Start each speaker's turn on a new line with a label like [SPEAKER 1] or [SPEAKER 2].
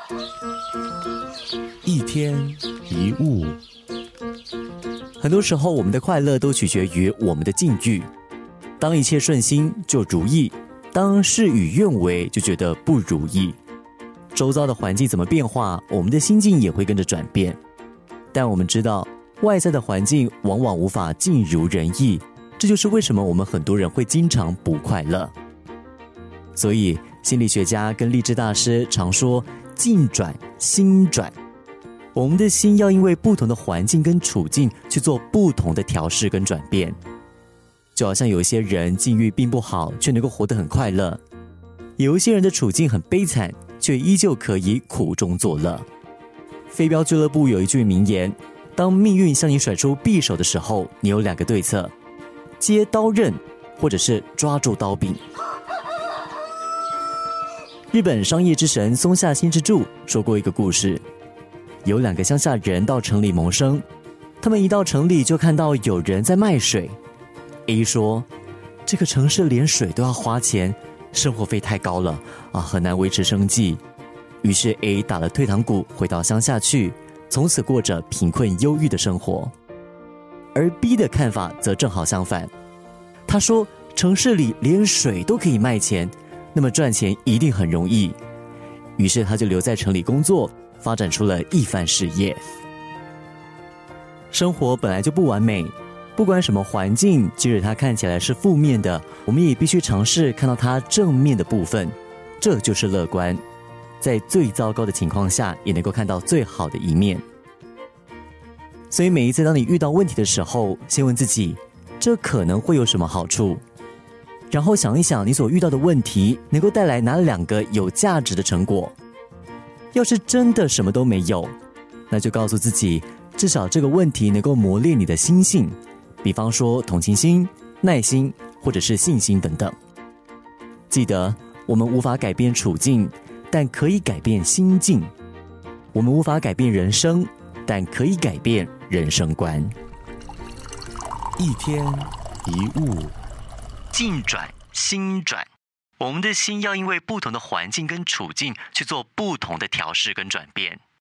[SPEAKER 1] 一天一物。很多时候，我们的快乐都取决于我们的境遇。当一切顺心就如意，当事与愿违就觉得不如意。周遭的环境怎么变化，我们的心境也会跟着转变。但我们知道，外在的环境往往无法尽如人意，这就是为什么我们很多人会经常不快乐。所以心理学家跟励志大师常说境转心转，我们的心要因为不同的环境跟处境去做不同的调试跟转变。就好像有一些人境遇并不好，却能够活得很快乐；有一些人的处境很悲惨，却依旧可以苦中作乐。飞镖俱乐部有一句名言：当命运向你甩出匕首的时候，你有2个对策，接刀刃，或者是抓住刀柄。日本商业之神松下幸之助说过一个故事，有2个乡下人到城里谋生，他们一到城里就看到有人在卖水。A 说，这个城市连水都要花钱，生活费太高了很难维持生计。于是 A 打了退堂鼓回到乡下去，从此过着贫困忧郁的生活。而 B 的看法则正好相反，他说城市里连水都可以卖钱，那么赚钱一定很容易。于是他就留在城里工作，发展出了一番事业。生活本来就不完美，不管什么环境，即使它看起来是负面的，我们也必须尝试看到它正面的部分，这就是乐观。在最糟糕的情况下，也能够看到最好的一面。所以每一次当你遇到问题的时候，先问自己，这可能会有什么好处？然后想一想你所遇到的问题能够带来哪2个有价值的成果。要是真的什么都没有，那就告诉自己，至少这个问题能够磨练你的心性，比方说同情心、耐心或者是信心等等。记得，我们无法改变处境，但可以改变心境；我们无法改变人生，但可以改变人生观。一天一物，境转心转，我们的心要因为不同的环境跟处境去做不同的调试跟转变。